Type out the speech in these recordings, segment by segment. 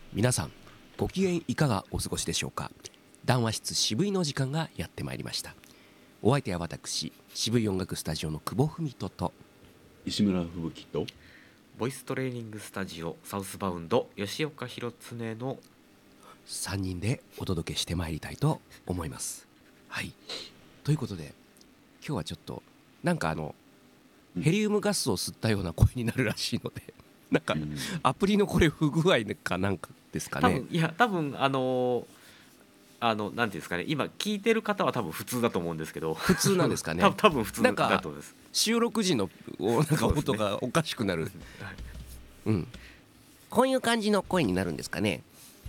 皆さんご機嫌いかがお過ごしでしょうか。談話室渋いの時間がやってまいりました。お相手は私、渋い音楽スタジオの久保文人と石村吹雪とボイストレーニングスタジオサウスバウンド吉岡弘恒の 3人でお届けしてまいりたいと思います。はい、ということで今日はちょっとなんかヘリウムガスを吸ったような声になるらしいのでなんかアプリのこれ不具合かなんかですかね。 多分なんていうんですかね、今聞いてる方は多分普通だと思うんですけど、 普通なんですかね。 多分普通だと思います。 収録時のなんか音がおかしくなる、 はい、 うん、こういう感じの声になるんですかね。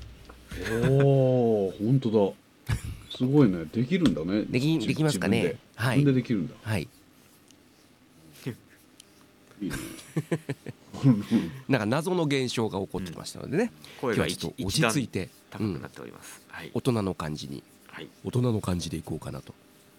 おお、本当だ。すごいね。できるんだね。 できますかね。はい。 自分でできるんだ。 はい。 いいね。 なんか謎の現象が起こってましたのでね。 声が今日はちょっと落ち着いて高くなっております。はい。 大人の感じに、 はい、 大人の感じでいこうかなと。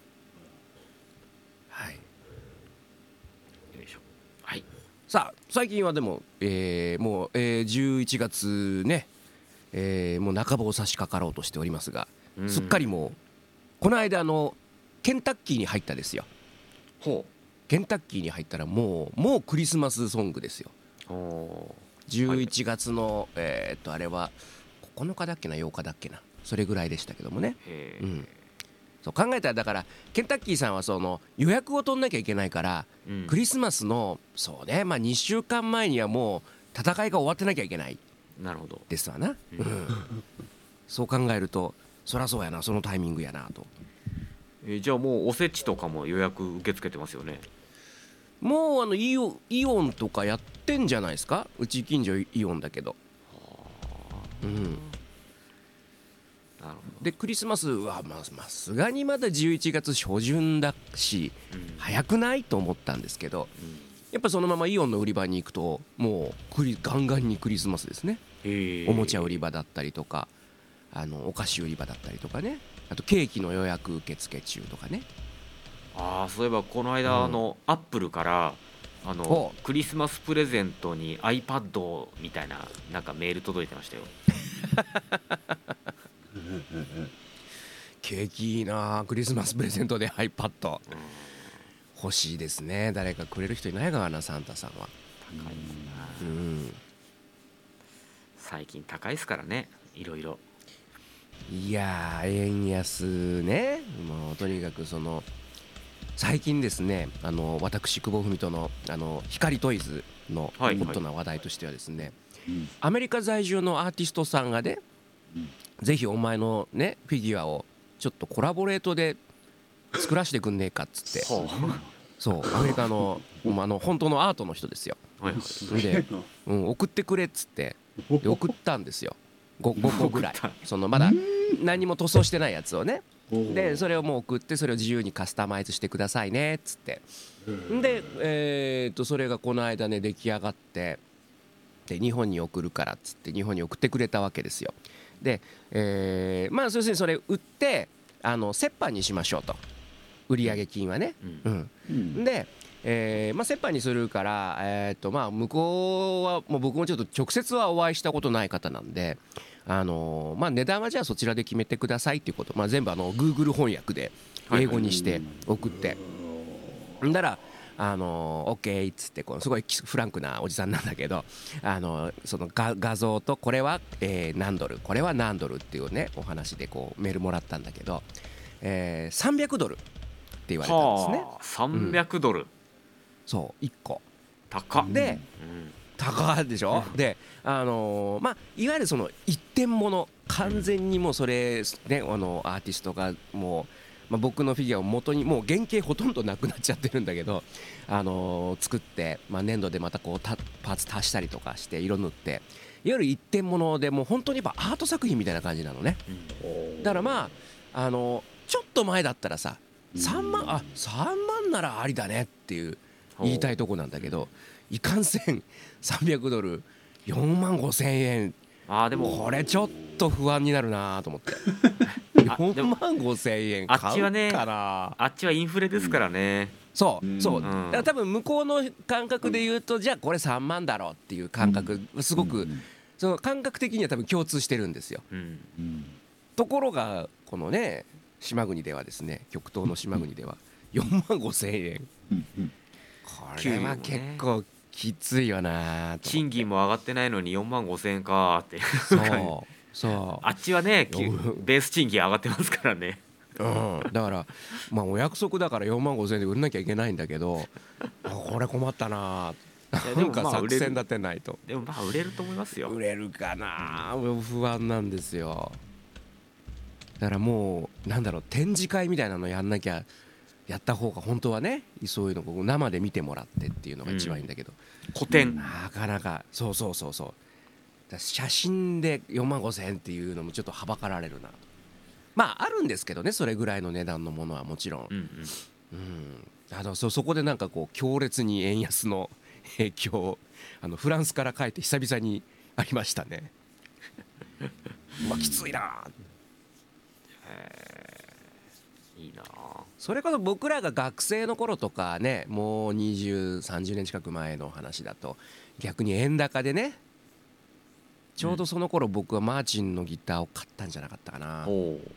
はい。よいしょ。はい。 さあ最近はでも、もう、11月ね、もう半ばを差し掛かろうとしておりますが、すっかりもうこの間ケンタッキーに入ったですよ。 ほう。 ケンタッキーに入ったらもうクリスマスソングですよ。11月の、あれは9日だっけな8日だっけな、それぐらいでしたけどもね。うん、そう考えたらだからケンタッキーさんはその予約を取んなきゃいけないから、クリスマスのそうね、まあ2週間前にはもう戦いが終わってなきゃいけない。 なるほどですわな、そう考えるとそりゃそうやな、そのタイミングやなと。 じゃあもうおせちとかも予約受け付けてますよね。 もうイオンとかやってんじゃないですか。うち近所イオンだけど。なるほど。でクリスマスはまあすがにまだ11月初旬だし、早くないと思ったんですけど、やっぱそのままイオンの売り場に行くともうガンガンにクリスマスですね。おもちゃ売り場だったりとかお菓子売り場だったりとかね、あとケーキの予約受付中とかね。 そういえばこの間アップルからクリスマスプレゼントに iPad みたいななんかメール届いてましたよ。 ケーキいいな、クリスマスプレゼントで iPad、欲しいですね。誰かくれる人いないかな、サンタさんは。 高いもんな、最近高いですからね、いろいろ。 いやー円安ね。もうとにかく最近ですね、私久保文人の光トイズのホットな話題としてはですね、アメリカ在住のアーティストさんがね、ぜひお前のねフィギュアをちょっとコラボレートで作らせてくんねえかっつってそうアメリカの本当のアートの人ですよ。で、送ってくれっつってで送ったんですよ。5個ぐらいまだ何も塗装してないやつをね。でそれをもう送って、それを自由にカスタマイズしてくださいねっつって、でそれがこの間ね出来上がって、で日本に送るからっつって日本に送ってくれたわけですよ。でまあ要するにそれ売って折半にしましょうと、売上金はね。でまあ、折半にするから、まあ、向こうはもう僕もちょっと直接はお会いしたことない方なんで、まあ、値段はじゃあそちらで決めてくださいっていうこと、まあ、全部Google 翻訳で英語にして送って、んだらOK っつって、すごいフランクなおじさんなんだけど、その画像とこれは何ドルこれは何ドルっていうねお話でメールもらったんだけど、300ドルって言われたんですね。 300ドル、 そう1個高で、高でしょ。でまあいわゆるその一点物、完全にもうそれねアーティストがもう、まあ、僕のフィギュアを元にもう原型ほとんどなくなっちゃってるんだけど、作って、まあ、粘土でまたパーツ足したりとかして色塗って、いわゆる一点物でもう本当にやっぱアート作品みたいな感じなのね。だからまあちょっと前だったらさ3万ならありだねっていう言いたいとこなんだけど、いかんせん300ドル4万5千円、 でもこれちょっと不安になるなと思って4万5千円買うかな。 あっちはインフレですからね。 そうだから多分向こうの感覚で言うと、じゃあこれ3万だろうっていう感覚すごくその感覚的には多分共通してるんですよ。 うんうんところがこのね島国ではですね、極東の島国では4万5千円、 うんうんこれは結構きついよなと。 賃金も上がってないのに4万5千円かーってそうあっちはねうんベース賃金上がってますからね。 だからまあお約束だから4万5千円で売んなきゃいけないんだけど、これ困ったな。ないやでもんか作まあ売れる戦立てないと。 でもまあ売れると思いますよ。 売れるかな、不安なんですよ。だからもうなんだろう、展示会みたいなのやんなきゃ、やった方が本当はね、そういうのを生で見てもらってっていうのが一番いいんだけど、 古典なかなかそうだから写真で4万5千円っていうのもちょっとはばかられるなと。まああるんですけどね、それぐらいの値段のものはもちろん、 うんうんそこでなんかこう強烈に円安の影響、フランスから帰って久々にありましたね。きついな。 いいなあ。 それこそ僕らが学生の頃とかね、もう2030年近く前の話だと逆に円高でね、ちょうどその頃僕はマーチンのギターを買ったんじゃなかったかな。 おう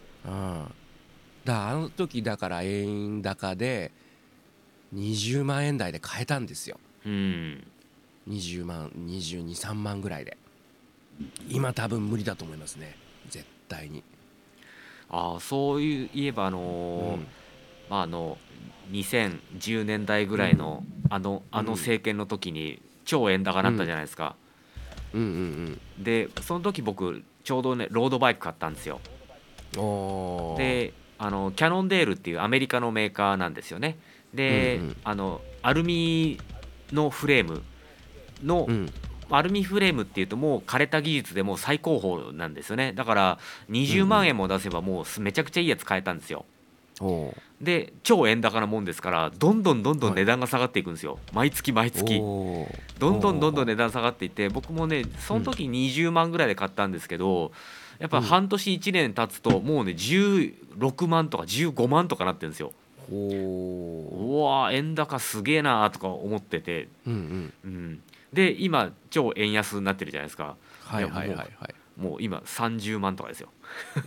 あの時だから円高で20万円台で買えたんですよ。 うん 20万22、3万ぐらいで。今多分無理だと思いますね、絶対に。 そういえばまあ2010年代ぐらいの政権の時に超円高になったじゃないですか。でその時僕ちょうどねロードバイク買ったんですよ。でキャノンデールっていうアメリカのメーカーなんですよね。で、アルミのフレームの、アルミフレームっていうともう枯れた技術でもう最高峰なんですよね。だから20万円も出せばもうめちゃくちゃいいやつ買えたんですよ。で超円高なもんですからどんどん値段が下がっていくんですよ。毎月どんどん値段下がっていって、僕もねその時20万ぐらいで買ったんですけど、やっぱ半年1年経つともうね16万とか15万とかなってるんですよ。うわ円高すげえなとか思ってて、で今超円安になってるじゃないですか。もう今30万とかですよ。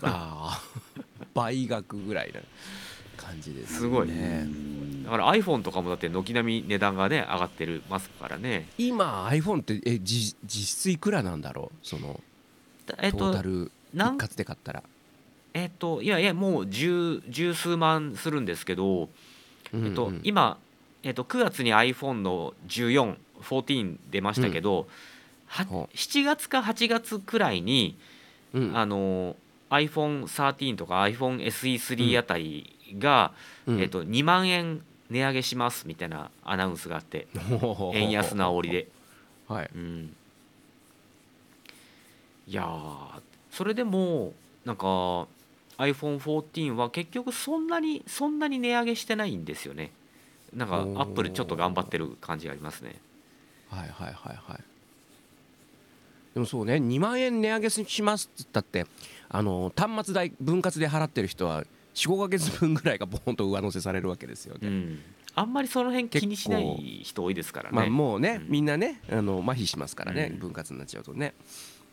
倍額ぐらいな感じですね。 すごいだから iPhone とかもだって軒並み値段がね上がってますからね。 今 iPhone って実質いくらなんだろう、そのトータル一括で買ったら。 いやもう十数万するんですけど、今、9月に iPhone の14出ましたけど、7月か8月くらいに、iPhone13 とか iPhone SE3 あたりが、2万円値上げしますみたいなアナウンスがあって、円安の煽りで、いやそれでもなんか iPhone14 は結局そんなに値上げしてないんですよね。なんかアップルちょっと頑張ってる感じがありますね。 でもそうね、2万円値上げしますって言ったって端末代分割で払ってる人は 4,5 ヶ月分ぐらいがボーンと上乗せされるわけですよね。 あんまりその辺気にしない人多いですからね。 もうね、みんなね麻痺しますからね、分割になっちゃうとね。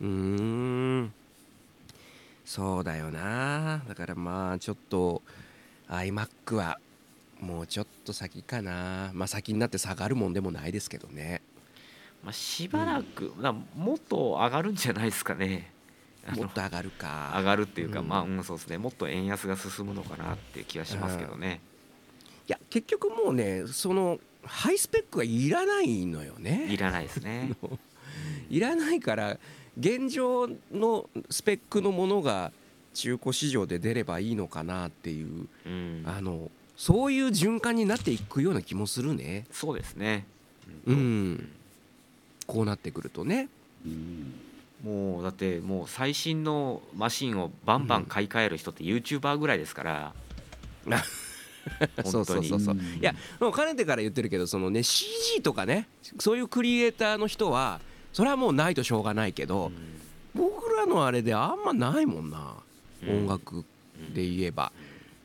そうだよな。だからまあちょっと iMac はもうちょっと先かな。先になって下がるもんでもないですけどね。 しばらく、もっと上がるんじゃないですかね。 もっと上がるか。 上がるっていうか、そうですね、もっと円安が進むのかなっていう気がしますけどね。 いや結局もうね、そのハイスペックはいらないのよね。 いらないですね。 いらないから現状のスペックのものが中古市場で出ればいいのかなっていう、そういう循環になっていくような気もするね。 そうですね。 こうなってくるとね。 もうだってもう最新のマシンをバンバン買い替える人って YouTuber ぐらいですから。 そういやもうかねてから言ってるけど、そのね CG とかね、そういうクリエイターの人はそれはもうないとしょうがないけど、僕らのあれであんまないもんな、音楽で言えば。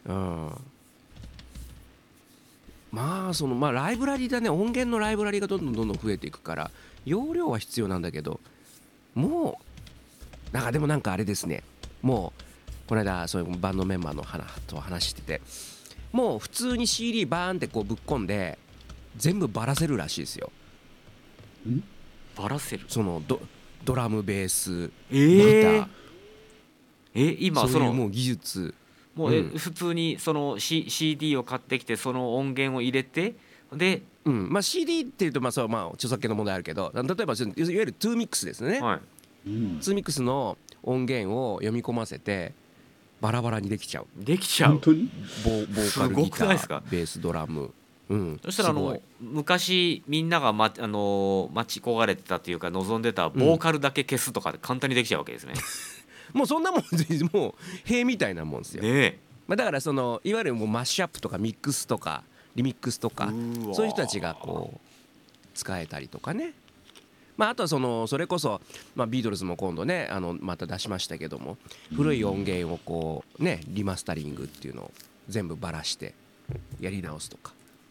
そのライブラリだね、音源のライブラリがどんどん増えていくから容量は必要なんだけど、 もうなんかでもなんかあれですね、もうこの間そういうバンドメンバーのと話してて、もう普通に CD バーンってこうぶっ込んで全部バラせるらしいですよ。 バラせる。 そのドラムベースえギータ今ー、 そのそういうもう技術。 もう普通にその、CD を買ってきてその音源を入れてで、 まあ CD っていうとまあそうまあ著作権の問題あるけど、例えばいわゆるトゥーミックスですね、 はい、 ツーミックスの音源を読み込ませてバラバラにできちゃう。 できちゃう。 本当にボーカルすごギタくないですかーベースドラム、 そしたらすごい昔みんなが、待ち焦がれてたというか望んでたボーカルだけ消すとかで簡単にできちゃうわけですね。 もうそんなもんもう塀みたいなもんですよ、 ねまあ、だからそのいわゆるもうマッシュアップとかミックスとかリミックスとかうわそういう人たちがこう使えたりとかね、まあ、あとはそれこそ、まあ、ビートルズも今度ねまた出しましたけども、古い音源をこうねリマスタリングっていうのを全部ばらしてやり直すとか、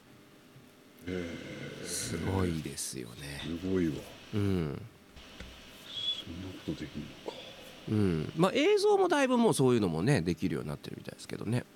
すごいですよね。 すごいわ。 うんそんなことできるのか。 まあ映像もだいぶもうそういうのもねできるようになってるみたいですけどね。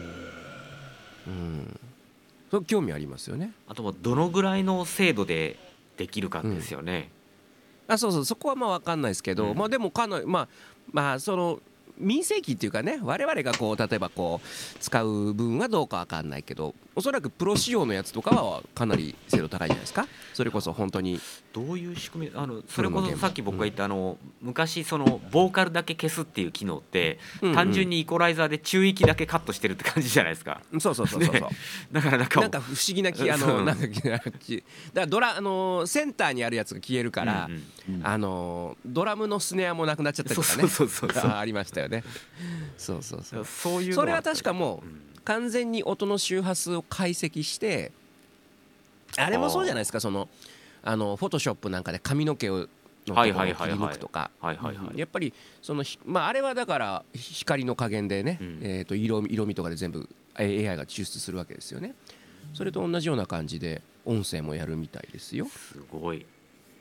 それ興味ありますよね。 あとはどのぐらいの精度でできるかですよね。 そうそこはまあ分かんないですけど、まあでもかなりまあその民生機っていうかね、我々がこう例えばこう使う分はどうか分かんないけど、おそらくプロ仕様のやつとかはかなり精度高いじゃないですか。それこそ本当にどういう仕組み、それこそさっき僕が言った昔そのボーカルだけ消すっていう機能って単純にイコライザーで中域だけカットしてるって感じじゃないですか。 そうねだからなんか不思議ななんかだからセンターにあるやつが消えるから、ドラムのスネアもなくなっちゃったりとかね、ありましたよね。そういうのそれは確かもう完全に音の周波数を解析して、あれもそうじゃないですか、フォトショップなんかで髪の毛のところを切り抜くとか、やっぱりまああれはだから光の加減でね、色味とかで全部 AI が抽出するわけですよね。それと同じような感じで音声もやるみたいですよ。 すごい。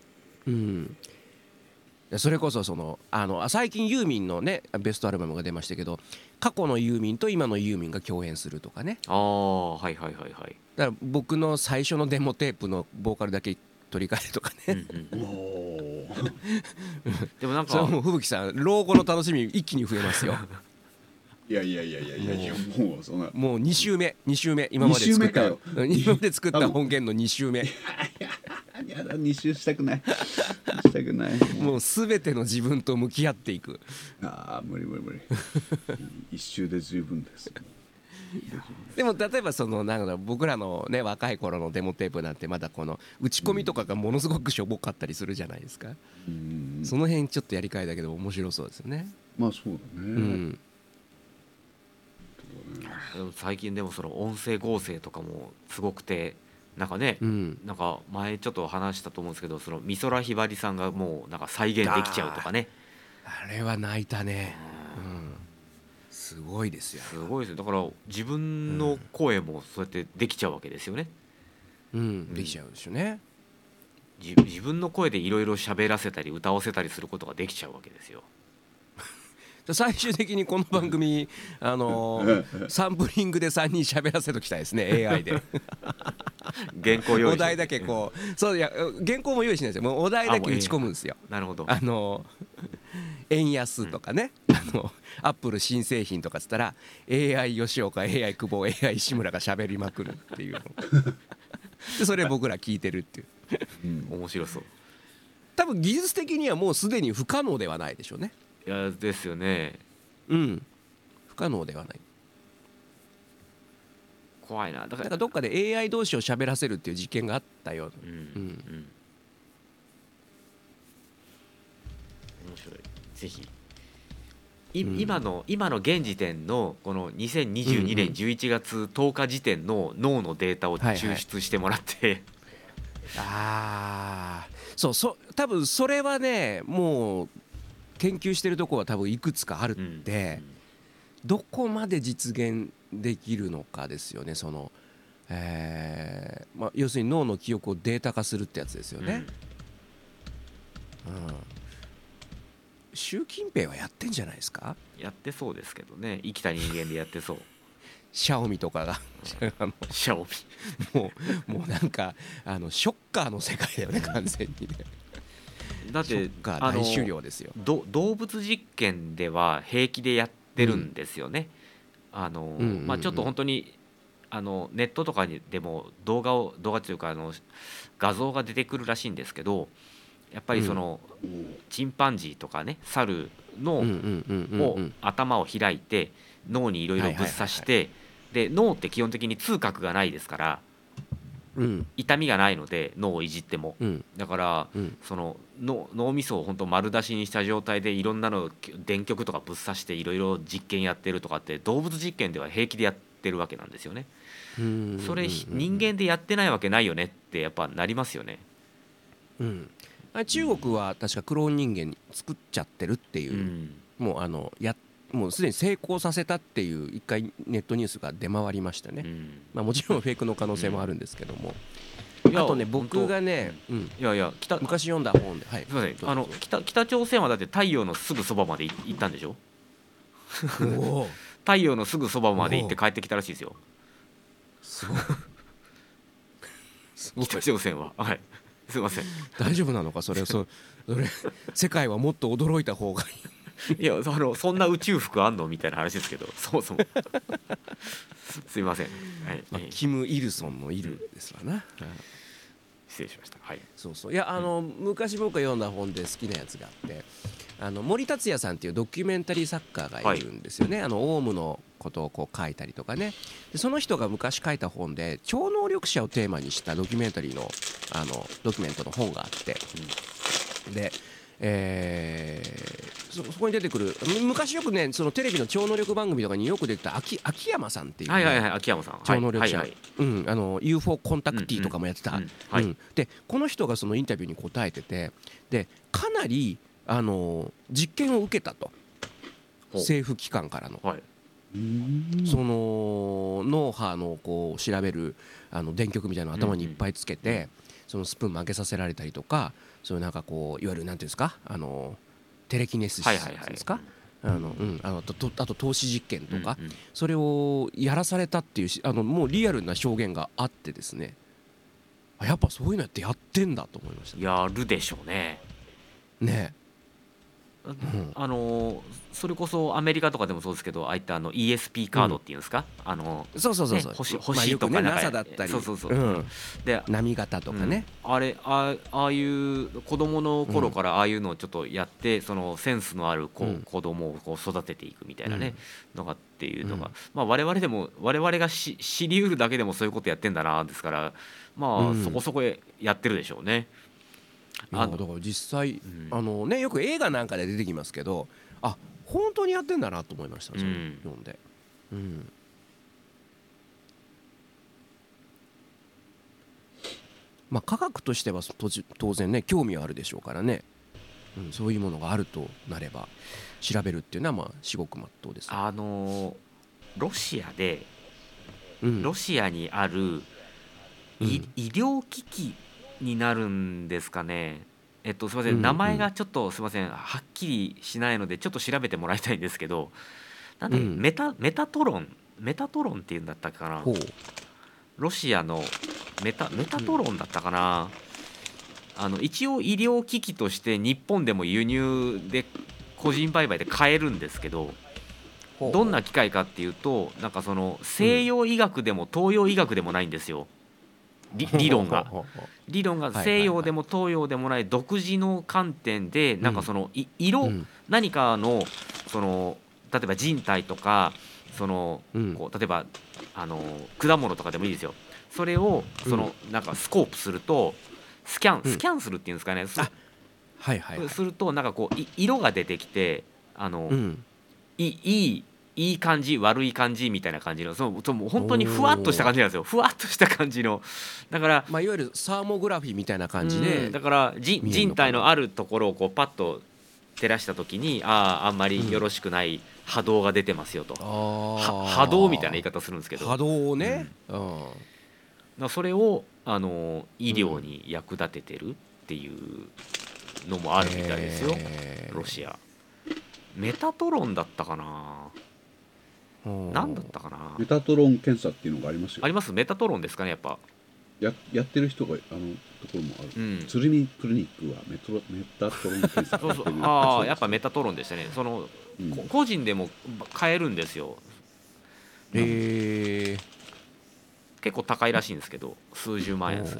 それこそ最近ユーミンのねベストアルバムが出ましたけど、過去のユーミンと今のユーミンが共演するとかね。だから僕の最初のデモテープのボーカルだけ取り替えるとかね。 でもなんかそれはもう吹雪さん老後の楽しみ一気に増えますよ。 いやもうそんなもう2週目今まで作った音源の2週目。 やだ、2周したくないもう全ての自分と向き合っていく。 無理1周で十分です。 でも例えばなんか僕らのね若い頃のデモテープなんてまだこの打ち込みとかがものすごくしょぼかったりするじゃないですか。その辺ちょっとやり替えだけど面白そうですよね。 まあそうだね。 最近でもその音声合成とかもすごくて、なんかね、なんか前ちょっと話したと思うんですけど、美空ひばりさんがもうなんか再現できちゃうとかね。 あれは泣いたね。すごいですよ。 すごいですよ。だから自分の声もそうやってできちゃうわけですよね。 できちゃうでしょうね。 自分の声でいろいろ喋らせたり歌わせたりすることができちゃうわけですよ。 最終的にこの番組サンプリングで3人喋らせときたいですね。 AI で原稿用意して、 お題だけこうそういや原稿も用意しないですよ。もうお題だけ打ち込むんですよ。 なるほど。 円安とかね、アップル新製品とかっつったら AI 吉岡 AI 久保 AI 志村が喋りまくるっていうのでそれ僕ら聞いてるっていう、 面白そう。 多分技術的にはもうすでに不可能ではないでしょうね。 いやですよね。 不可能ではない。 怖いな。だからどっかで AI 同士を喋らせるっていう実験があったよ。 面白い。ぜひ今の現時点のこの2022年11月10日時点の脳のデータを抽出してもらって、 多分それはねもう研究してるところは多分いくつかあるんで、どこまで実現できるのかですよね。要するに脳の記憶をデータ化するってやつですよね。 習近平はやってんじゃないですか。 やってそうですけどね、生きた人間でやってそう。 シャオミとかがシャオもうなんかショッカーの世界だよね、完全にね。 ミだっショてッカー大終了ですよ。 動物実験では平気でやってるんですよね。まあちょっと本当にネットとかにでも動画というか画像が出てくるらしいんですけど、やっぱりそのチンパンジーとかね、猿のを頭を開いて脳にいろいろぶっ刺して、で脳って基本的に痛覚がないですから、痛みがないので脳をいじっても、だからその脳みそを本当丸出しにした状態でいろんなの電極とかぶっ刺していろいろ実験やってるとかって動物実験では平気でやってるわけなんですよね。それ人間でやってないわけないよねってやっぱなりますよね。 中国は確かクローン人間作っちゃってるっていう、もうすでに成功させたっていう一回ネットニュースが出回りましたね。もちろんフェイクの可能性もあるんですけども、あとね、僕がね、 いやいや昔読んだ本で、 すみません、北朝鮮はだって太陽のすぐそばまで行ったんでしょ。太陽のすぐそばまで行って帰ってきたらしいですよ。 すごい北朝鮮は。はい、すみません。 大丈夫なのか、それ世界はもっと驚いた方がいい。 いやそんな宇宙服あんのみたいな話ですけど、そもそもすいません、はい、 キム・イルソンのイルですわな。 失礼しました。はい、 いや昔僕が読んだ本で好きなやつがあって、森達也さんっていうドキュメンタリー作家がいるんですよね。オウムのことをこう書いたりとかね。でその人が昔書いた本で超能力者をテーマにしたドキュメンタリーのドキュメントの本があって、でそこに出てくる、昔よくね、そのテレビの超能力番組とかによく出てた秋山さんっていう、 秋山さん、 超能力者、UFO コンタクティとかもやってた。でこの人がそのインタビューに答えてて、でかなり実験を受けたと、政府機関からの。その脳波のこう調べる電極みたいなのを頭にいっぱいつけて、そのスプーン曲げさせられたりとか、そういうなんかこういわゆるなんていうんですか、テレキネシスですか、あと透視実験とか、それをやらされたっていうもうリアルな証言があってですね、やっぱそういうのやってんだと思いました。 やるでしょうね。 ね、 それこそアメリカとかでもそうですけど、ああいったESP カードっていうんですか、 そう星とかなんか、 NASA だったり、 で波型とかね、 ああいう子供の頃からああいうのをちょっとやって、そのセンスのある子供をこう育てていくみたいなね、のがっていうのが、まあ我々が知りうるだけでもそういうことやってんだなですから、まあそこそこやってるでしょうね。 だから実際、よく映画なんかで出てきますけど、本当にやってんだなと思いました、それ読んで。まあ科学としては当然ね、興味はあるでしょうからね、そういうものがあるとなれば調べるっていうのはまあ至極真っ当です。 ロシアにある医療機器になるんですかね。すいません、名前がちょっとすいません、はっきりしないのでちょっと調べてもらいたいんですけど、なんでメタトロンっていうんだったかな。ロシアのメタトロンだったかな。一応医療機器として日本でも輸入で個人売買で買えるんですけど、どんな機械かっていうと、なんかその西洋医学でも東洋医学でもないんですよ。理論が西洋でも東洋でもない独自の観点で、なんかその色、何かのその例えば人体とか、そのこう例えば果物とかでもいいですよ。それをそのなんかスコープするとスキャンするっていうんですかね。するとなんかこう色が出てきて、いい感じ悪い感じみたいな感じの、もう本当にふわっとした感じなんですよ。ふわっとした感じの、だから、 いわゆるサーモグラフィーみたいな感じで、 だから人体のあるところをこうパッと照らした時に、あんまりよろしくない波動が出てますよと、波動みたいな言い方するんですけど、 波動をね、 それを医療に役立ててるっていうのもあるみたいですよ、ロシア。 メタトロンだったかな、何だったかな。 メタトロン検査っていうのがありますよ。 あります。メタトロンですかね、やっぱ。 やってる人がところもある。 うん。 鶴見クリニックはメタトロン検査そうそう。 やってる。 ああ、やっぱメタトロンでしたね。その、 うん個人でも買えるんですよ。 え結構高いらしいんですけど、数十万円する。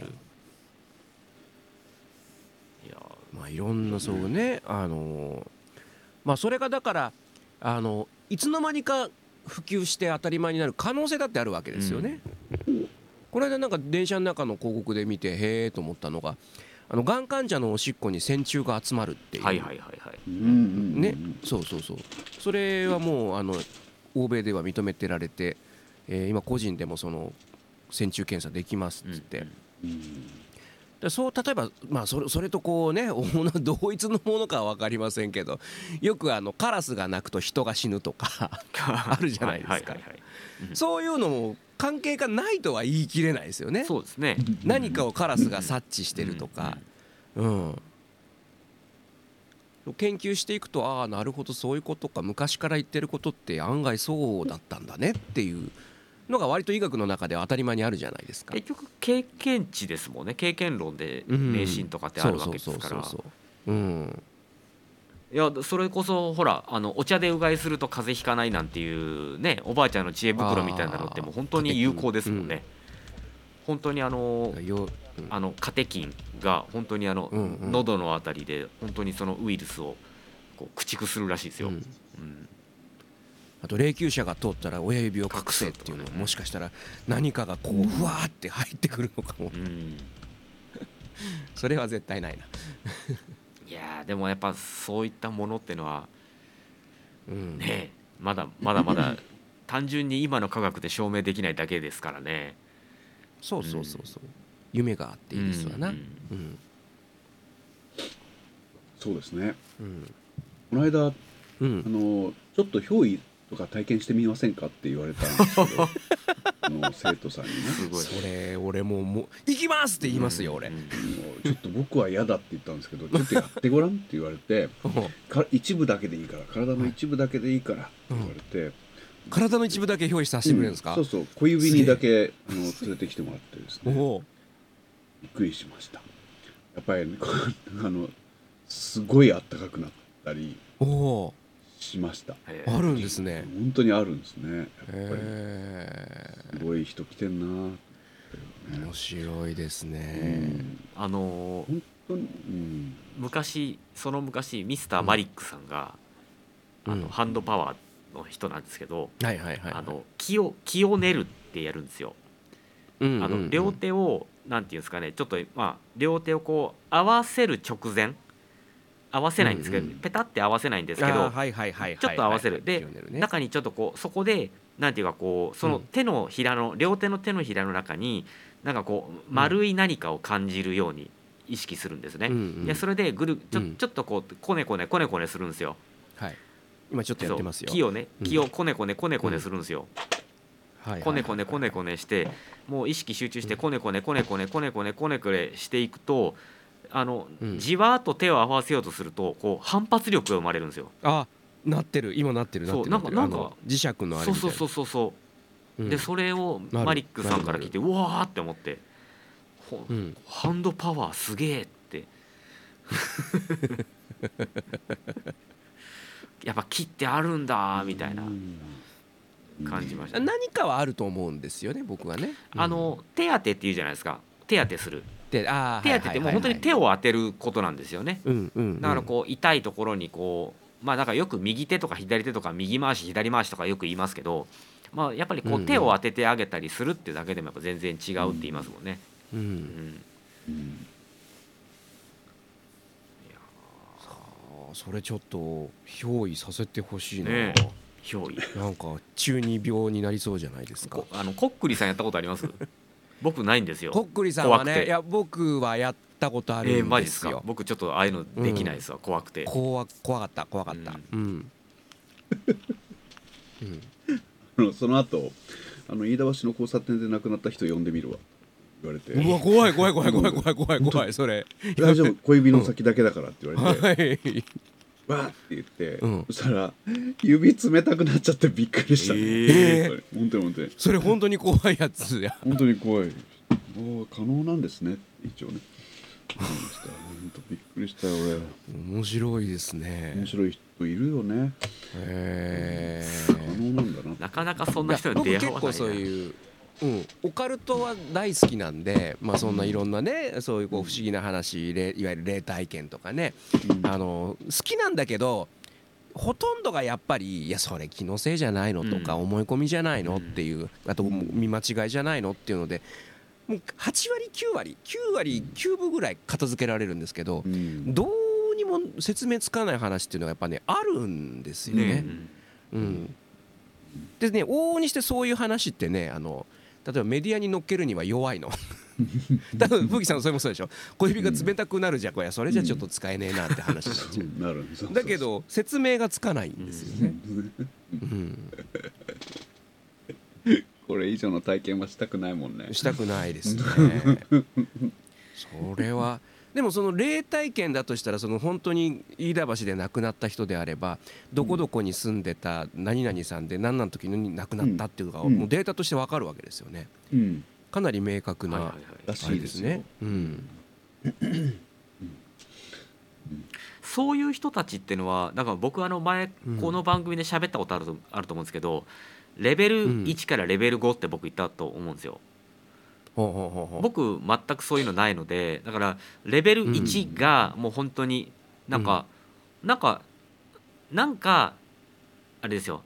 いやまあいろんなそうね、まあそれがだからいつの間にか普及して当たり前になる可能性だってあるわけですよね。この間なんか電車の中の広告で見てへえと思ったのが、がん患者のおしっこに線虫が集まるっていう、 はいはいはいはい。 ね、そうそうそう、それはもう欧米では認めてられて、今個人でもその線虫検査できますっつって、でそう例えば、まあ、それとこうね同一のものかは分かりませんけど、よくカラスが鳴くと人が死ぬとかあるじゃないですか。そういうのも関係がないとは言い切れないですよね。 そうですね。 何かをカラスが察知してるとか、研究していくと、ああなるほどそういうことか、昔から言ってることって案外そうだったんだねっていうのが割と医学の中では当たり前にあるじゃないですか。 結局経験値ですもんね。経験論で迷信とかってあるわけですから。いや、それこそほらお茶でうがいすると風邪ひかないなんていうね、おばあちゃんの知恵袋みたいなのってもう本当に有効ですもんね。本当にカテキンが本当に喉のあたりで本当にそのウイルスをこう駆逐するらしいですよ。 あと霊柩車が通ったら親指を隠せっていうのは、もしかしたら何かがこうふわーって入ってくるのかも。それは絶対ないな。 いやでもやっぱそういったものってのはね、まだまだ単純に今の科学で証明できないだけですからね。 そうそうそうそう、夢があっていいですわな。 そうですね。この間ちょっと憑依とか体験してみませんかって言われたんですけど生徒さんにね。 すごい。 それ俺もう行きますって言いますよ俺。 ちょっと僕は嫌だって言ったんですけど、ちょっとやってごらんって言われて一部だけでいいから、体の一部だけでいいからって言われて、 体の一部だけ憑依させてくれるんですか。 そうそう、小指にだけ連れてきてもらってですね、びっくりしました。やっぱり、ね、すごいあったかくなったりしました。 あるんですね。 本当にあるんですね。やっぱりすごい人来てんな。 面白いですね。 本当に、 昔ミスターマリックさんがハンドパワーの人なんですけど、気を練るってやるんですよ。両手をなんていうんですかね、ちょっと両手をこう合わせる直前、合わせないんですけど、ペタって合わせないんですけど、ちょっと合わせる。で中にちょっとこうそこでなんていうかこうその手のひらの両手の手のひらの中になんかこう丸い何かを感じるように意識するんですね。でそれでちょっとこうこねこねするんですよ。 今ちょっとやってますよ。 気をこねこねするんですよ。こねこねしてもう意識集中してこねこねしていくとじわーっと手を合わせようとするとこう反発力が生まれるんですよ。 なってる、今なってる。 そうなんか磁石のあれみたいな。 そうでそれをマリックさんから聞いてうわーって思って、ハンドパワーすげえってやっぱ気ってあるんだみたいな感じました。 何かはあると思うんですよね、僕はね。 手当てっていうじゃないですか。手当てする。手当てってもう本当に手を当てることなんですよね。だからこう痛いところにこうなんかよく右手とか左手とか右回し左回しとかよく言いますけど、やっぱりこう手を当ててあげたりするっていうだけでもやっぱ全然違うって言いますもんね。 それちょっと憑依させてほしいな。 憑依なんか中二病になりそうじゃないですか。 こっくりさんやったことあります？僕ないんですよ。 こっくりさんはね、いや僕はやったことあるんですよ。 マジですか。僕ちょっとああいうのできないですわ、怖くて。 怖かった。 その後飯田橋の交差点で亡くなった人呼んでみるわ言われて、 うわ怖いそれ大丈夫、小指の先だけだからって言われて、 わーって言って、 うん、 そしたら指冷たくなっちゃってびっくりしたね。本当に本当にそれ本当に怖いやつや。 本当に怖い。可能なんですね一応ね。本当びっくりしたよ俺。面白いですね。 面白い人いるよね。可能なんだな。 なかなかそんな人に出会わないな。 僕結構そういう、オカルトは大好きなんで、まあそんないろんなね、そういうこう不思議な話、いわゆる霊体験とかね、好きなんだけど、ほとんどがやっぱりいやそれ気のせいじゃないのとか、思い込みじゃないのっていう、あと見間違いじゃないのっていうので、もう8割9割9割9分ぐらい片付けられるんですけど、どうにも説明つかない話っていうのがやっぱねあるんですよね。でね、往々にしてそういう話ってね、例えばメディアに乗っけるには弱いの。多分ブギさんそれもそうでしょ。小指が冷たくなるじゃこや、それじゃちょっと使えねえなって話になっちゃう。だけど説明がつかないんですよね。 これ以上の体験はしたくないもんね。 したくないですね。それはでもその霊体験だとしたら、その本当に飯田橋で亡くなった人であれば、どこどこに住んでた何々さんで何々の時に亡くなったっていうのがもうデータとして分かるわけですよね。かなり明確なあれですね。 そういう人たちっていうのは、だから僕前この番組で喋ったことあると思うんですけど、レベル1からレベル5って僕言ったと思うんですよ。僕全くそういうのないので、だからレベル1がもう本当になんかあれですよ、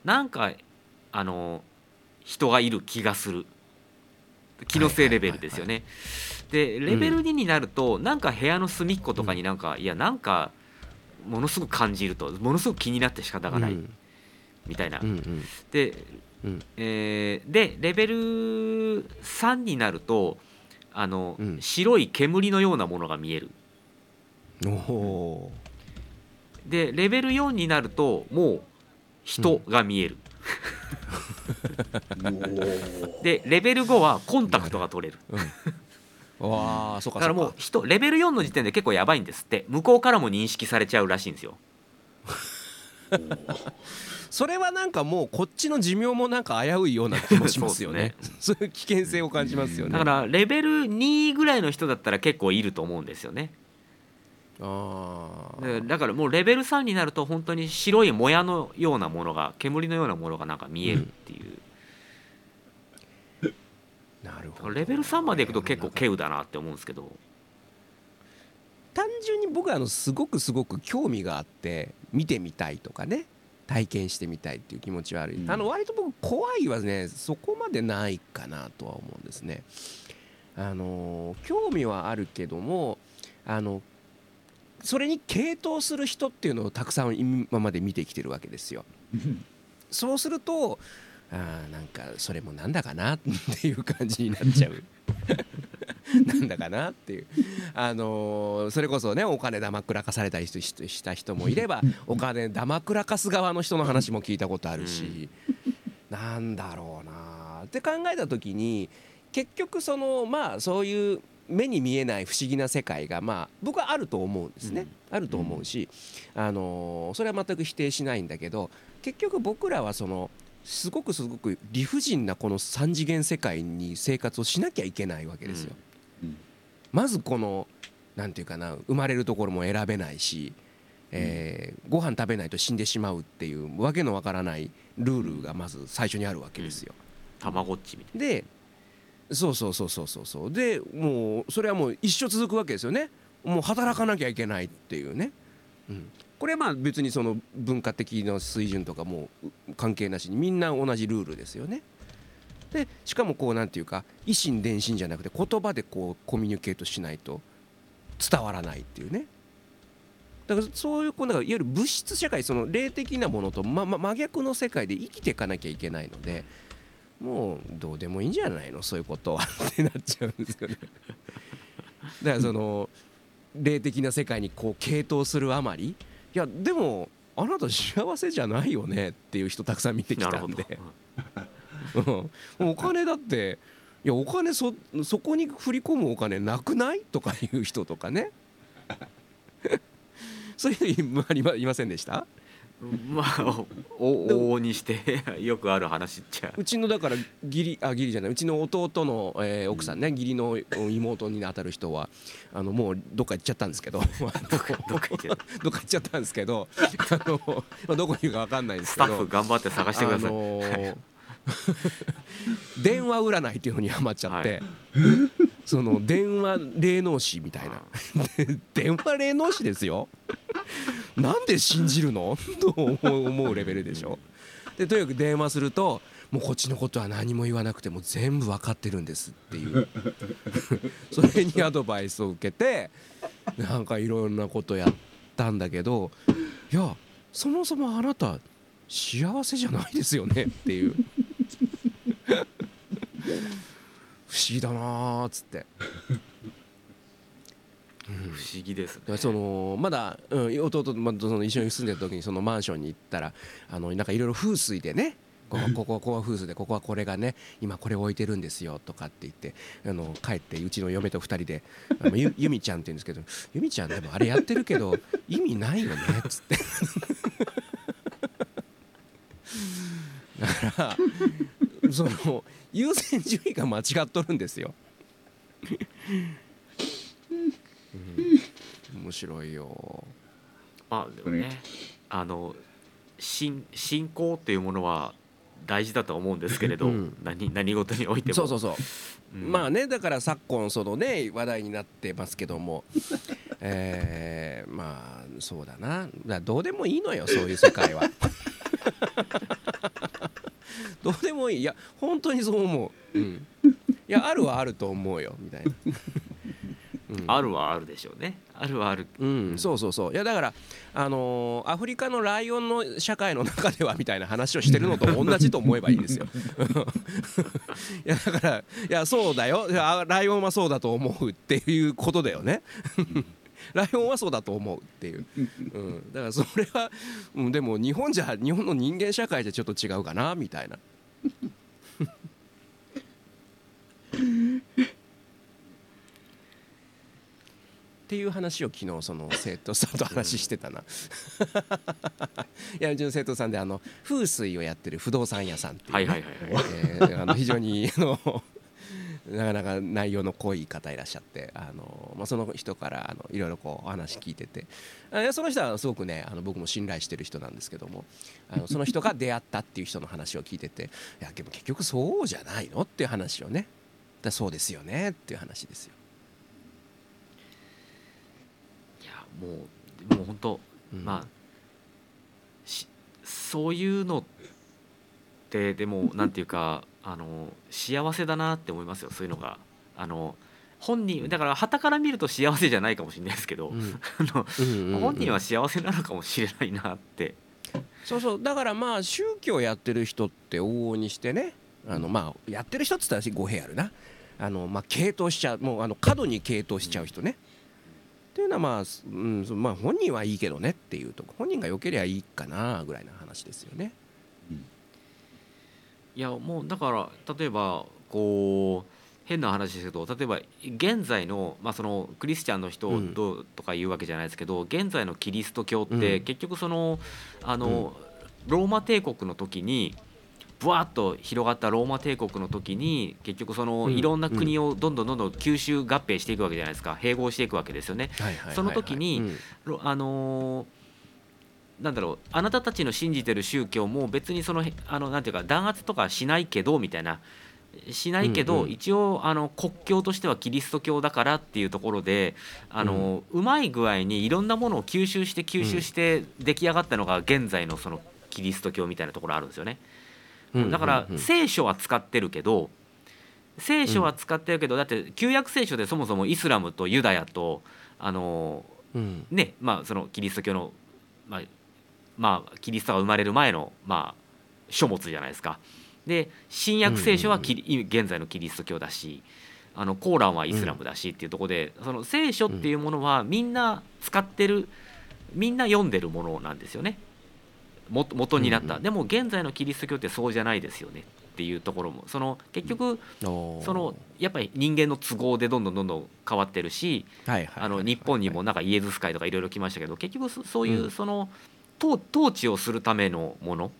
人がいる気がする、気のせいレベルですよね。でレベル2になると、なんか部屋の隅っことかにいやなんかものすごく感じると、ものすごく気になって仕方がないみたいな。でレベル3になると白い煙のようなものが見える。でレベル4になるともう人が見える。でレベル5はコンタクトが取れる。だからもうレベル4の時点で結構やばいんですって。向こうからも認識されちゃうらしいんですよ。 それはなんかもうこっちの寿命もなんか危ういような気もしますよね。そういう危険性を感じますよね。 だからレベル2ぐらいの人だったら結構いると思うんですよね。だからもうレベル3になると本当に白いもやのようなものが、煙のようなものがなんか見えるっていう、なるほど。レベル3までいくと結構稀有だなって思うんですけど、 単純に僕はすごく興味があって見てみたいとかね、体験してみたいっていう気持ちはある。割と僕怖いはねそこまでないかなとは思うんですね。興味はあるけどもそれに傾倒する人っていうのをたくさん今まで見てきてるわけですよ。そうするとなんかそれもなんだかなっていう感じになっちゃう。なんだかなっていうそれこそね、お金だまくらかされたりした人もいれば、お金だまくらかす側の人の話も聞いたことあるし、なんだろうなって考えた時に、結局そういう目に見えない不思議な世界が僕はあると思うんですね。あると思うし、それは全く否定しないんだけど、結局僕らはすごく理不尽なこの3次元世界に生活をしなきゃいけないわけですよ。まずなんていうかな、生まれるところも選べないし、ご飯食べないと死んでしまうっていうわけのわからないルールがまず最初にあるわけですよ。 たまごっちみたいな。 でそうで、もうそれはもう一生続くわけですよね。もう働かなきゃいけないっていうね。これは別に文化的な水準とかも関係なしにみんな同じルールですよね。でしかもなんていうか、以心伝心じゃなくて言葉でコミュニケートしないと伝わらないっていうね。だからそういういわゆる物質社会、霊的なものと真逆の世界で生きていかなきゃいけないので、もうどうでもいいんじゃないのそういうことはってなっちゃうんですよね。だから霊的な世界に傾倒するあまり、いやでもあなた幸せじゃないよねっていう人たくさん見てきたんでお金だって、いやお金そこに振り込むお金なくないとかいう人とかねそういうのいませんでした？ まあ往々にしてよくある話っちゃ。 うちのだから義理じゃない、うちの弟の、奥さんね、義理の妹にあたる人はもうどっか行っちゃったんですけどどっか行っちゃったんですけどどこにいるか分かんないんですけど、 スタッフ頑張って探してください。 電話占いっていうのにハマっちゃって、はい、その電話霊能師みたいな電話霊能師ですよなんで信じるのと思うレベルでしょ。でとにかく電話すると、もうこっちのことは何も言わなくても全部分かってるんですっていうそれにアドバイスを受けてなんかいろんなことやったんだけど、いやそもそもあなた幸せじゃないですよねっていう不思議だなーっつって不思議ですね。 そのまだ、弟と、その一緒に住んでる時にそのマンションに行ったらなんかいろいろ風水でね、ここは風水で、ここはこれがね今これ置いてるんですよとかって言って帰ってうちの嫁と2人で由美ちゃんって言うんですけど、由美ちゃんでもあれやってるけど意味ないよねっつってだからその優先順位が間違っとるんですよ面白いよ。 まあでもね、信仰っていうものは大事だと思うんですけれど、何事においても。 そう、まあね、だから昨今そのね話題になってますけどもまあそうだな、どうでもいいのよそういう世界はどうでもいい、いや本当にそう思う、いやあるはあると思うよみたいなあるはあるでしょうね。あるはある。 そういやだからアフリカのライオンの社会の中ではみたいな話をしてるのと同じと思えばいいですよいやだからいやそうだよ、ライオンはそうだと思うっていうことだよねライオンはそうだと思うっていう、だからそれは、でも日本の人間社会じゃちょっと違うかなみたいなっていう話を昨日その生徒さんと話してたな、いやうちの生徒さんで風水をやってる不動産屋さんっていう、非常になかなか内容の濃い方いらっしゃって、その人からいろいろこうお話聞いてて、その人はすごくね僕も信頼してる人なんですけども、その人が出会ったっていう人の話を聞いてて、いやでも結局そうじゃないのっていう話をね、そうですよねっていう話ですよ。 いやもう本当、まあそういうのってでもなんていうか幸せだなって思いますよ、そういうのが。本人だから傍から見ると幸せじゃないかもしれないですけど、本人は幸せなのかもしれないなって。 そうだからまあ宗教やってる人って往々にしてね、まあやってる人っつったら語弊あるな、まあ傾倒しちゃう、もう過度に傾倒しちゃう人ね、っていうのはまあ、まあ本人はいいけどねっていうとこ、本人が良ければいいかなぐらいな話ですよね。 いやもうだから例えばこう変な話ですけど、例えば現在の、そのクリスチャンの人をどうとか言うわけじゃないですけど、現在のキリスト教って結局そのローマ帝国の時にブワーッと広がったローマ帝国の時に結局そのいろんな国をどんどん吸収合併していくわけじゃないですか、併合していくわけですよね。その時になんだろう、あなたたちの信じてる宗教も別にそのなんていうか弾圧とかしないけどみたいな、しないけど、一応国教としてはキリスト教だからっていうところでうまい具合にいろんなものを吸収して出来上がったのが現在のそのキリスト教みたいなところあるんですよね。だから聖書は使ってるけど、だって旧約聖書でそもそもイスラムとユダヤとね、そのキリスト教のキリストが生まれる前の書物じゃないですか。で新約聖書は現在のキリスト教だし、コーランはイスラムだしっていうところで、その聖書っていうものはみんな使ってる、みんな読んでるものなんですよね、元になった。でも現在のキリスト教ってそうじゃないですよね。 っていうところも結局やっぱり人間の都合でどんどん変わってるし、日本にもなんかイエズス会とかいろいろ来ましたけど、結局そういう統治をするためのもの、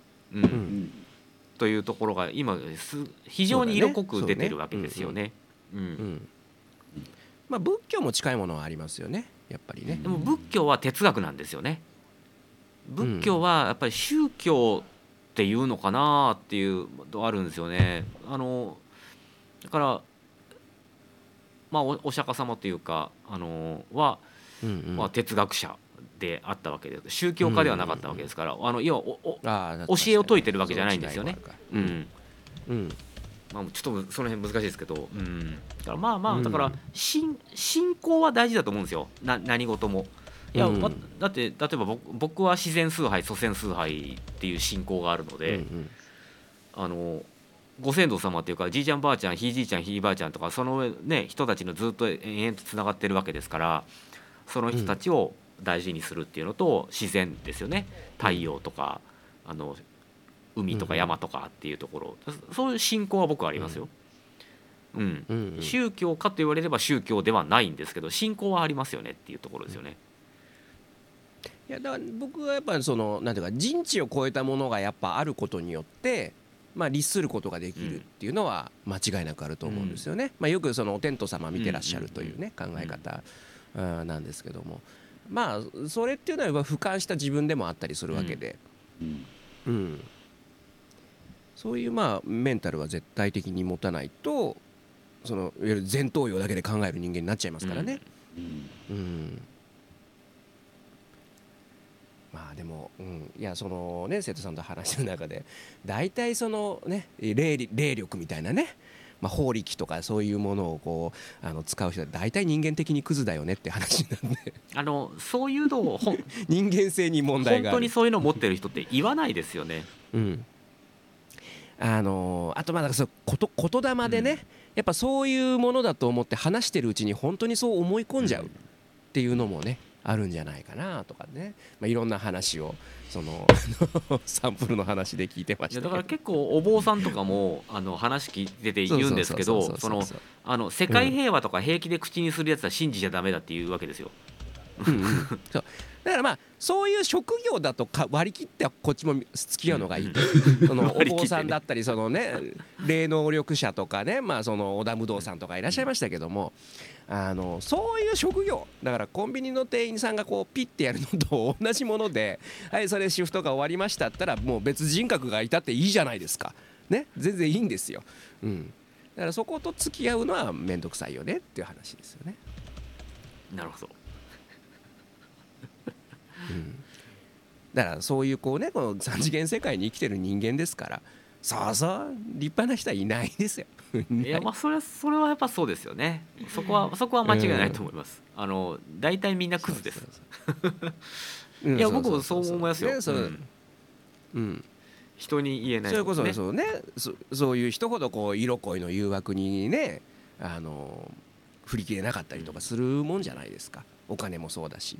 というところが今非常に色濃く出てるわけですよね。 まあ仏教も近いものはありますよね、やっぱりね。 でも仏教は哲学なんですよね。仏教はやっぱり宗教っていうのかなっていうのあるんですよね。だからまあお釈迦様というかは、まあ、哲学者であったわけで、宗教家ではなかったわけですから、要は教えを説いてるわけじゃないんですよね。まあ、ちょっとその辺難しいですけど、だからまあまあだから信仰は大事だと思うんですよ、何事も。いや、だって例えば僕は自然崇拝祖先崇拝っていう信仰があるので、ご先祖様っていうかじいちゃんばあちゃんひいじいちゃんひいばあちゃんとかそのね人たちのずっと延々とつながってるわけですから、その人たちを大事にするっていうのと自然ですよね。太陽とか海とか山とかっていうところ、そういう信仰は僕はありますよ。宗教かと言われれば宗教ではないんですけど、信仰はありますよねっていうところですよね。 いやだから僕はやっぱりなんていうか人知を超えたものがやっぱあることによって、まあ、律することができるっていうのは間違いなくあると思うんですよね。まあ、よくお天道様見てらっしゃるというね考え方なんですけども、まあそれっていうのは俯瞰した自分でもあったりするわけで、そういうまあメンタルは絶対的に持たないといわゆる前頭葉だけで考える人間になっちゃいますからね。まあでも、いやね生徒さんと話してる中で大体ね霊力みたいなね、まあ、法力とかそういうものをこう使う人は大体人間的にクズだよねって話なんでそういうのを人間性に問題がある。 本当にそういうのを持ってる人って言わないですよね。 あとまあ言霊でね、やっぱそういうものだと思って話してるうちに本当にそう思い込んじゃうっていうのもねあるんじゃないかなとかね、まあ、いろんな話をサンプルの話で聞いてました。 だから結構お坊さんとかも話聞いてて言うんですけど、世界平和とか平気で口にするやつは信じちゃダメだっていうわけですよ。 そうだからまあそういう職業だと割り切ってこっちも付き合うのがいいと、お坊さんだったり霊能力者とかね、まあ織田無道さんとかいらっしゃいましたけども、そういう職業だからコンビニの店員さんがこうピッてやるのと同じもので、はいそれシフトが終わりましたったらもう別人格がいたっていいじゃないですかね、全然いいんですよ。だからそこと付き合うのは面倒くさいよねっていう話ですよね。 なるほど。 だからそういうこの3次元世界に生きてる人間ですから、そうそう立派な人はいないですよ。 いやまあそれはやっぱそうですよね。そこは間違いないと思います。大体みんなクズです。いや僕もそう思いますよ。人に言えない、 それこそね、そういう人ほど色恋の誘惑にね振り切れなかったりとかするもんじゃないですか。お金もそうだし。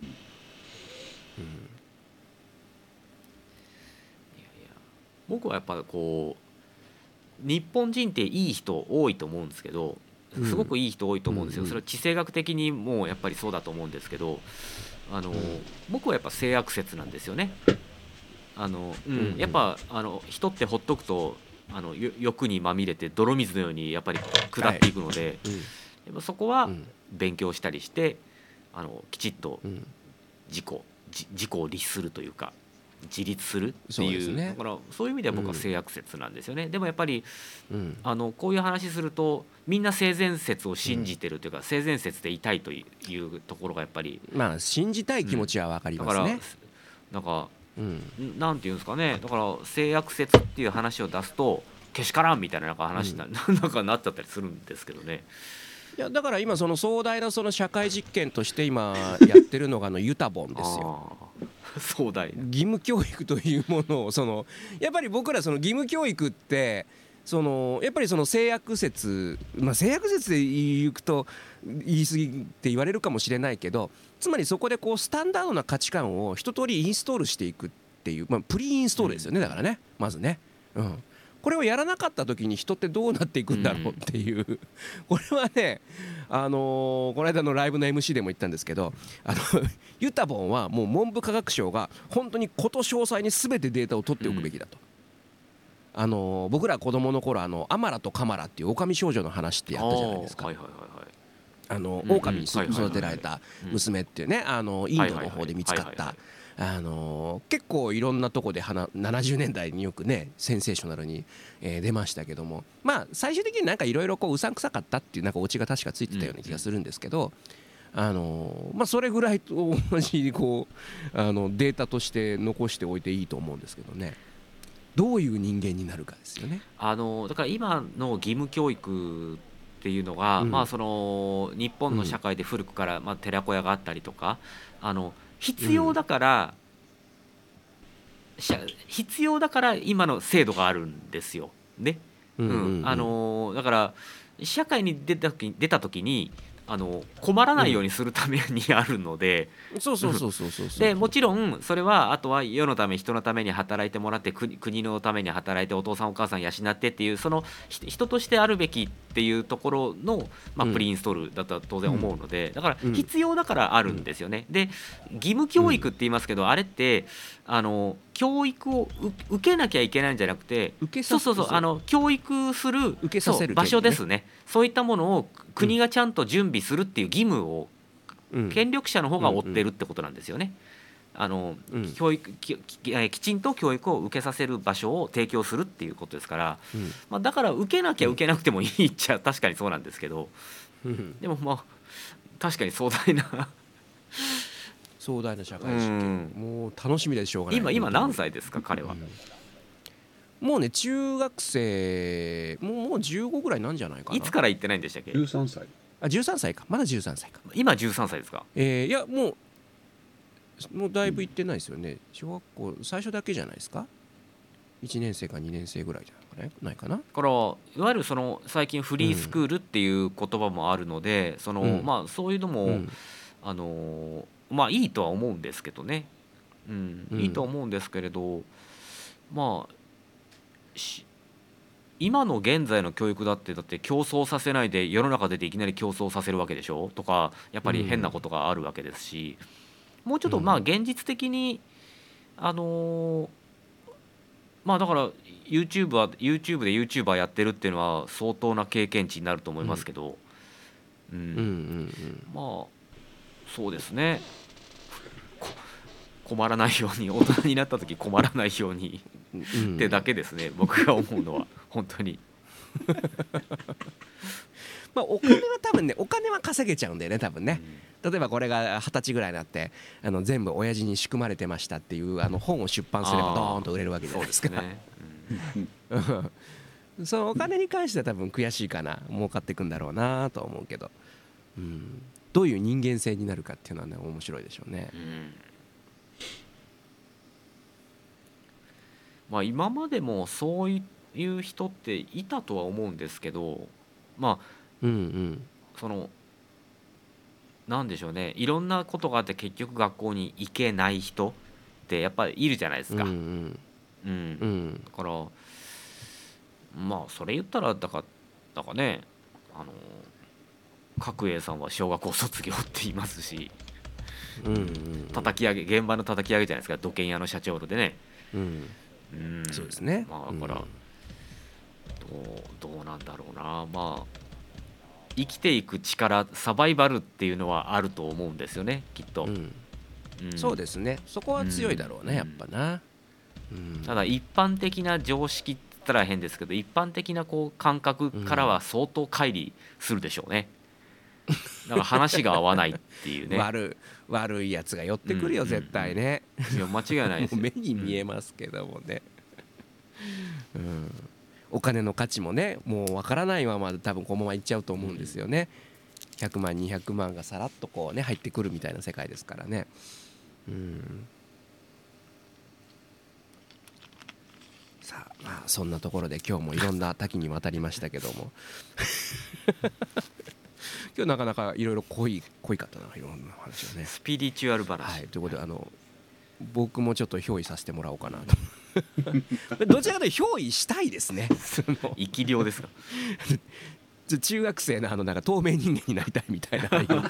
僕はやっぱ日本人っていい人多いと思うんですけど、すごくいい人多いと思うんですよ。それは地政学的にもやっぱりそうだと思うんですけど、僕はやっぱ性悪説なんですよね。やっぱ人ってほっとくと欲にまみれて泥水のようにやっぱり下っていくので、やっぱそこは勉強したりしてきちっと自己を律するというか自立するっていう、だからそういう意味では僕は性悪説なんですよね。でもやっぱりこういう話するとみんな性善説を信じてるというか、性善説でいたいというところがやっぱりまあ信じたい気持ちは分かりますね。 だからなんていうんですかね、だから性悪説っていう話を出すとけしからんみたいな話になっちゃったりするんですけどね。 いやだから今壮大な社会実験として今やってるのがユタボンですよ。 壮大な義務教育というものをやっぱり僕ら義務教育ってやっぱり性悪説、性悪説で言うと言い過ぎって言われるかもしれないけど、つまりそこでスタンダードな価値観を一通りインストールしていくっていう、プリインストールですよね。だからねまずね、 これをやらなかった時に人ってどうなっていくんだろうっていう、これはね、この間のライブの MC でも言ったんですけど、ユタボンはもう文部科学省が本当に事詳細に全てデータを取っておくべきだと。僕ら子供の頃アマラとカマラっていう狼少女の話ってやったじゃないですか。狼に育てられた娘っていうね、インドの方で見つかった、結構いろんなとこで70年代によくねセンセーショナルに、出ましたけども、まあ最終的になんかいろいろうさんくさかったっていうなんかオチが確かついてたような気がするんですけど、まあそれぐらいと同じデータとして残しておいていいと思うんですけどね。どういう人間になるかですよね。 だから今の義務教育っていうのが、まあその日本の社会で古くから、寺子屋があったりとか、必要だから、必要だから今の制度があるんですよね。だから社会に出た時に困らないようにするためにあるので、でもちろんそれはあとは世のため人のために働いてもらって、国のために働いてお父さんお母さん養ってっていう、その人としてあるべきっていうところの、プリインストールだとは当然思うので、だから必要だからあるんですよね。で義務教育って言いますけど、あれって教育を受けなきゃいけないんじゃなくて、教育する場所ですね。そういったものを国がちゃんと準備するっていう義務を権力者の方が負ってるってことなんですよね。きちんと教育を受けさせる場所を提供するっていうことですから、だから受けなきゃ受けなくてもいいっちゃ確かにそうなんですけど、でも確かに壮大な社会実験、もう楽しみでしょうがない。 今何歳ですか彼は。 もうね中学生もう15ぐらいなんじゃないかな。 いつから行ってないんでしたっけ。 13歳。 13歳か、まだ13歳か。 今13歳ですか。 いやもうだいぶ行ってないですよね。小学校最初だけじゃないですか。1年生か2年生ぐらいじゃないかな。だからいわゆる最近フリースクールっていう言葉もあるので、そういうのも、いいとは思うんですけどね、いいとは思うんですけれど、今の現在の教育だって競争させないで世の中出ていきなり競争させるわけでしょとか、やっぱり変なことがあるわけですし、もうちょっと現実的にだから YouTube で YouTuber やってるっていうのは相当な経験値になると思いますけど、そうですね、困らないように、大人になった時困らないようにってだけですね、僕が思うのは本当にお金は多分ね、お金は稼げちゃうんだよね多分ね。例えばこれが20歳ぐらいになって全部親父に仕組まれてましたっていう本を出版すればドーンと売れるわけじゃないですか。そのお金に関しては多分悔しいかな、儲かっていくんだろうなと思うけど、どういう人間性になるかっていうのはね面白いでしょうね。 今までもそういう人っていたとは思うんですけど、なんでしょうね、いろんなことがあって結局学校に行けない人ってやっぱりいるじゃないですか。だからそれ言ったらだからね、角栄さんは小学校卒業って言いますし、叩き上げ、現場の叩き上げじゃないですか、土建屋の社長でね。 そうですね。 だからどうなんだろうな。生きていく力、サバイバルっていうのはあると思うんですよねきっと。 そうですね、そこは強いだろうね、やっぱな。 ただ一般的な常識って言ったら変ですけど、一般的な感覚からは相当乖離するでしょうね。だから話が合わないっていうね。 悪いやつが寄ってくるよ絶対ね。 いや間違いないですよ。 目に見えますけどもね。お金の価値もねもうわからないまま多分このままいっちゃうと思うんですよね。100万200万がさらっと入ってくるみたいな世界ですからね。さあそんなところで今日もいろんな多岐にわたりましたけども今日なかなかいろいろ濃いかったないろんな話をね。 スピリチュアル話、 ということで僕もちょっと憑依させてもらおうかなとどちらかというと憑依したいですね。 生き量ですか。 中学生のなんか透明人間になりたいみたいな予感も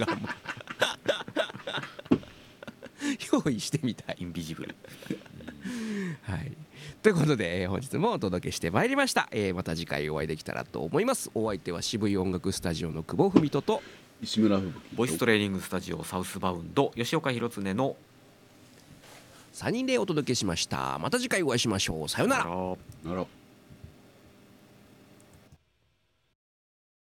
憑依してみたい。 インビジブル。 はい、ということで、本日もお届けしてまいりました。また次回お会いできたらと思います。お相手は渋い音楽スタジオの久保文人と石村吹雪、 ボイストレーニングスタジオサウスバウンド吉岡弘恒の 3人でお届けしました。また次回お会いしましょう。さようなら。 なら